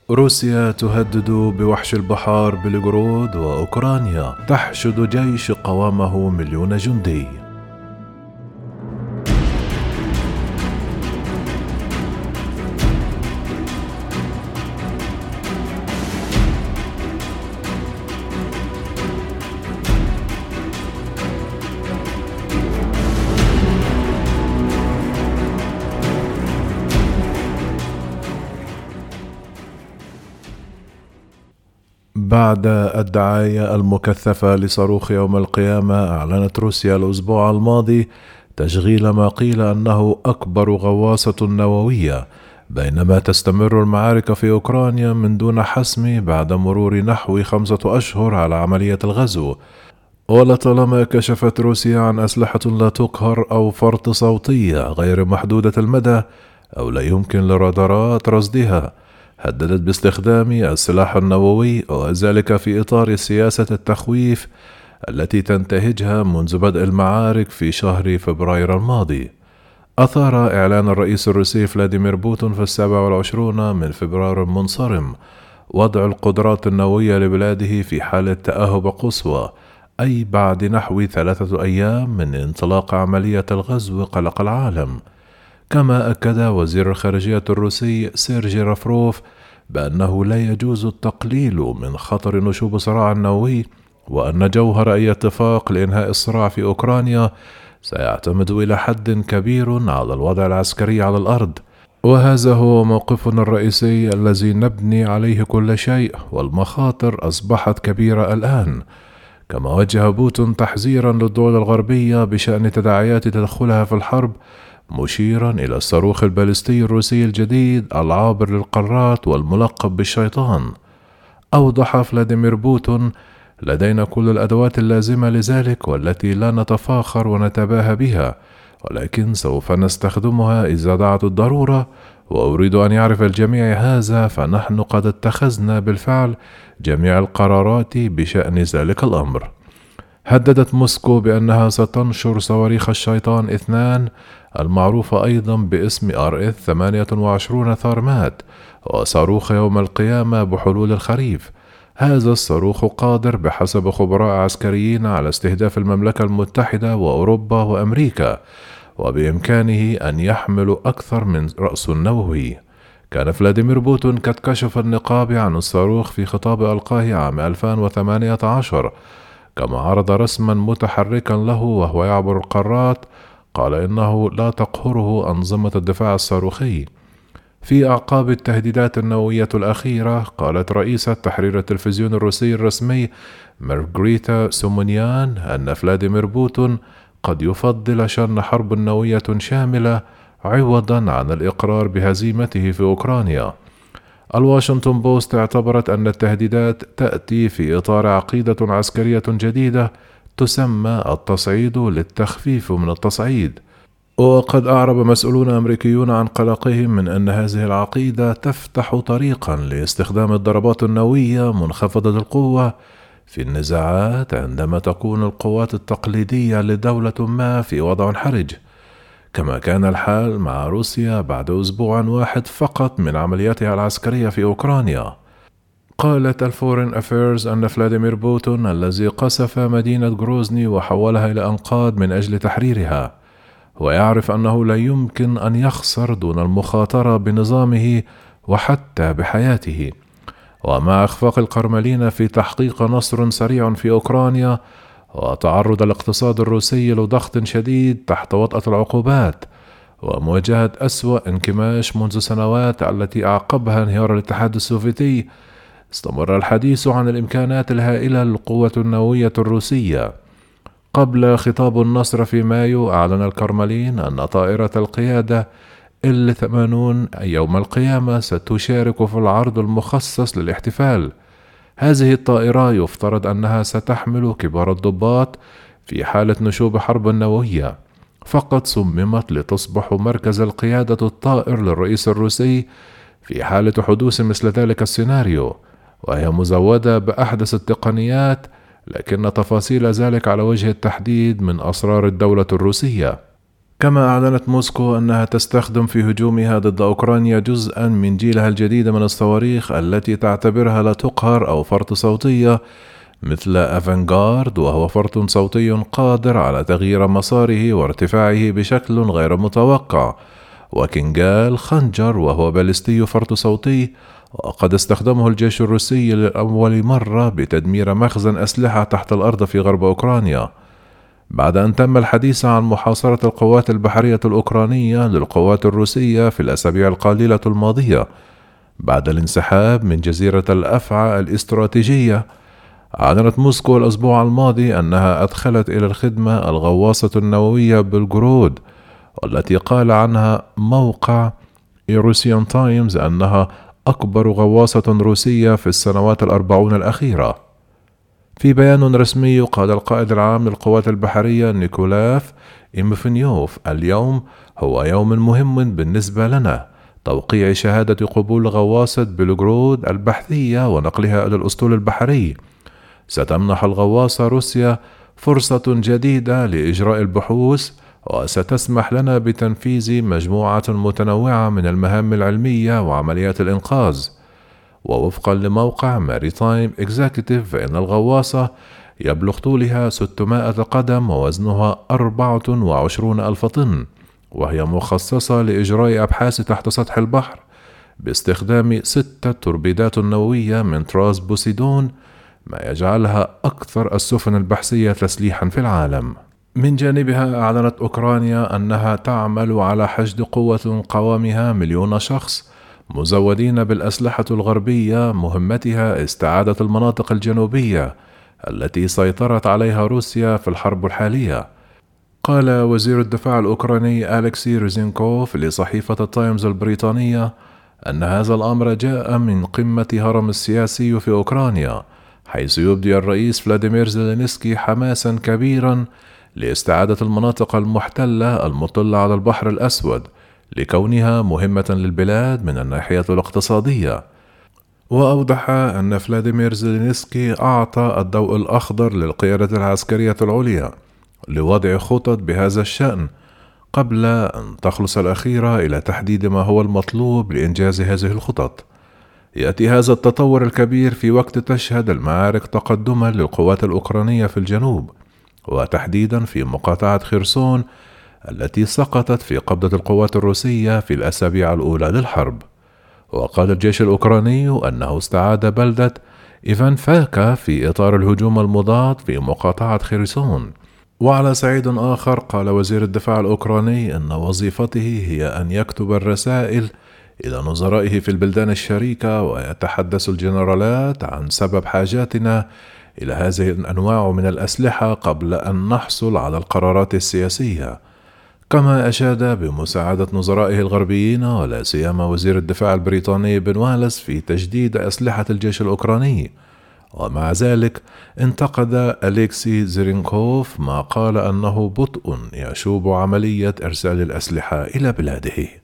روسيا تهدد بوحش البحار بلغورود، وأوكرانيا تحشد جيش قوامه 1,000,000 جندي. بعد الدعاية المكثفة لصاروخ يوم القيامة، أعلنت روسيا الأسبوع الماضي تشغيل ما قيل أنه أكبر غواصة نووية، بينما تستمر المعارك في أوكرانيا من دون حسم بعد مرور نحو 5 أشهر على عملية الغزو. ولطالما كشفت روسيا عن أسلحة لا تقهر أو فرط صوتية غير محدودة المدى أو لا يمكن للرادارات رصدها، هددت باستخدام السلاح النووي، وذلك في إطار سياسة التخويف التي تنتهجها منذ بدء المعارك في شهر فبراير الماضي. أثار إعلان الرئيس الروسي فلاديمير بوتين في 27 من فبراير المنصرم وضع القدرات النووية لبلاده في حالة تأهب قصوى، أي بعد نحو 3 أيام من انطلاق عملية الغزو قلق العالم. كما أكد وزير الخارجية الروسي سيرجي رافروف بأنه لا يجوز التقليل من خطر نشوب صراع نووي، وأن جوهر أي اتفاق لإنهاء الصراع في أوكرانيا سيعتمد إلى حد كبير على الوضع العسكري على الأرض، وهذا هو موقفنا الرئيسي الذي نبني عليه كل شيء، والمخاطر أصبحت كبيرة الآن. كما وجه بوتين تحذيرا للدول الغربية بشأن تداعيات تدخلها في الحرب، مشيرا إلى الصاروخ البالستي الروسي الجديد العابر للقارات والملقب بالشيطان. أوضح فلاديمير بوتين: لدينا كل الأدوات اللازمة لذلك والتي لا نتفاخر ونتباهى بها، ولكن سوف نستخدمها إذا دعت الضرورة، وأريد أن يعرف الجميع هذا، فنحن قد اتخذنا بالفعل جميع القرارات بشأن ذلك الأمر. هددت موسكو بأنها ستنشر صواريخ الشيطان 2 المعروفة أيضا باسم RS 28 ثارمات وصاروخ يوم القيامة بحلول الخريف. هذا الصاروخ قادر بحسب خبراء عسكريين على استهداف المملكة المتحدة وأوروبا وأمريكا، وبإمكانه أن يحمل أكثر من رأس نووي. كان فلاديمير بوتين قد كشف النقاب عن الصاروخ في خطاب ألقاه عام 2018، كما عرض رسما متحركا له وهو يعبر القارات. قال إنه لا تقهره أنظمة الدفاع الصاروخي. في أعقاب التهديدات النووية الأخيرة، قالت رئيسة تحرير التلفزيون الروسي الرسمي مارغريتا سومونيان أن فلاديمير بوتين قد يفضل شن حرب نووية شاملة عوضا عن الإقرار بهزيمته في أوكرانيا. الواشنطن بوست اعتبرت أن التهديدات تأتي في إطار عقيدة عسكرية جديدة تسمى التصعيد للتخفيف من التصعيد، وقد أعرب مسؤولون أمريكيون عن قلقهم من أن هذه العقيدة تفتح طريقا لاستخدام الضربات النووية منخفضة القوة في النزاعات عندما تكون القوات التقليدية لدولة ما في وضع حرج، كما كان الحال مع روسيا بعد أسبوع واحد فقط من عملياتها العسكرية في أوكرانيا. قالت الفورين أفيرز أن فلاديمير بوتين الذي قصف مدينة غروزني وحولها إلى أنقاض من أجل تحريرها، ويعرف أنه لا يمكن أن يخسر دون المخاطرة بنظامه وحتى بحياته. ومع إخفاق القرملين في تحقيق نصر سريع في أوكرانيا، وتعرض الاقتصاد الروسي لضغط شديد تحت وطأة العقوبات، ومواجهة أسوأ انكماش منذ سنوات التي أعقبها انهيار الاتحاد السوفيتي، استمر الحديث عن الإمكانات الهائلة للقوة النووية الروسية. قبل خطاب النصر في مايو، أعلن الكرملين أن طائرة القيادة Il-80 يوم القيامة ستشارك في العرض المخصص للاحتفال. هذه الطائرة يفترض أنها ستحمل كبار الضباط في حالة نشوب حرب نووية، فقد صممت لتصبح مركز القيادة الطائر للرئيس الروسي في حالة حدوث مثل ذلك السيناريو، وهي مزودة بأحدث التقنيات، لكن تفاصيل ذلك على وجه التحديد من أسرار الدولة الروسية. كما أعلنت موسكو أنها تستخدم في هجومها ضد أوكرانيا جزءًا من جيلها الجديد من الصواريخ التي تعتبرها لا تقهر أو فرط صوتية، مثل أفنغارد، وهو فرط صوتي قادر على تغيير مساره وارتفاعه بشكل غير متوقع، وكنجال خنجر، وهو باليستي فرط صوتي، وقد استخدمه الجيش الروسي لأول مرة بتدمير مخزن أسلحة تحت الأرض في غرب أوكرانيا، بعد أن تم الحديث عن محاصرة القوات البحرية الأوكرانية للقوات الروسية في الأسابيع القليلة الماضية بعد الانسحاب من جزيرة الأفعى الاستراتيجية. أعلنت موسكو الأسبوع الماضي أنها أدخلت إلى الخدمة الغواصة النووية بلغرود، والتي قال عنها موقع روسيان تايمز أنها أكبر غواصة روسية في السنوات ال40 الأخيرة. في بيان رسمي قال القائد العام للقوات البحرية نيكولاف إيمفنيوف: اليوم هو يوم مهم بالنسبة لنا، توقيع شهادة قبول غواصة بلغرود البحثية ونقلها إلى الأسطول البحري. ستمنح الغواصة روسيا فرصة جديدة لإجراء البحوث، وستسمح لنا بتنفيذ مجموعة متنوعة من المهام العلمية وعمليات الإنقاذ. ووفقا لموقع ماريتايم إكزيكتيف، فإن الغواصة يبلغ طولها 600 قدم ووزنها 24,000 طن، وهي مخصصة لإجراء أبحاث تحت سطح البحر باستخدام 6 توربيدات نووية من طراز بوسيدون، ما يجعلها أكثر السفن البحثية تسليحا في العالم. من جانبها أعلنت أوكرانيا أنها تعمل على حشد قوة قوامها 1,000,000 شخص مزودين بالأسلحة الغربية، مهمتها استعادة المناطق الجنوبية التي سيطرت عليها روسيا في الحرب الحالية. قال وزير الدفاع الأوكراني أليكسي ريزينكوف لصحيفة التايمز البريطانية أن هذا الأمر جاء من قمة هرم السياسي في أوكرانيا، حيث يبدي الرئيس فلاديمير زيلينسكي حماسا كبيرا لاستعادة المناطق المحتلة المطلة على البحر الأسود لكونها مهمة للبلاد من الناحية الاقتصادية. وأوضح أن فلاديمير زيلينسكي أعطى الضوء الأخضر للقيادة العسكرية العليا لوضع خطط بهذا الشأن قبل أن تخلص الأخيرة إلى تحديد ما هو المطلوب لإنجاز هذه الخطط. يأتي هذا التطور الكبير في وقت تشهد المعارك تقدما للقوات الأوكرانية في الجنوب، وتحديدا في مقاطعة خيرسون التي سقطت في قبضة القوات الروسية في الأسابيع الأولى للحرب. وقال الجيش الأوكراني أنه استعاد بلدة إيفانفاكا في إطار الهجوم المضاد في مقاطعة خيرسون. وعلى صعيد آخر، قال وزير الدفاع الأوكراني أن وظيفته هي أن يكتب الرسائل إلى نظرائه في البلدان الشريكة، ويتحدث الجنرالات عن سبب حاجاتنا إلى هذه الأنواع من الأسلحة قبل أن نحصل على القرارات السياسية. كما أشاد بمساعدة نظرائه الغربيين ولا سيما وزير الدفاع البريطاني بن واليس في تجديد أسلحة الجيش الأوكراني. ومع ذلك انتقد أليكسي زيرينكوف ما قال أنه بطء يشوب عملية إرسال الأسلحة إلى بلاده.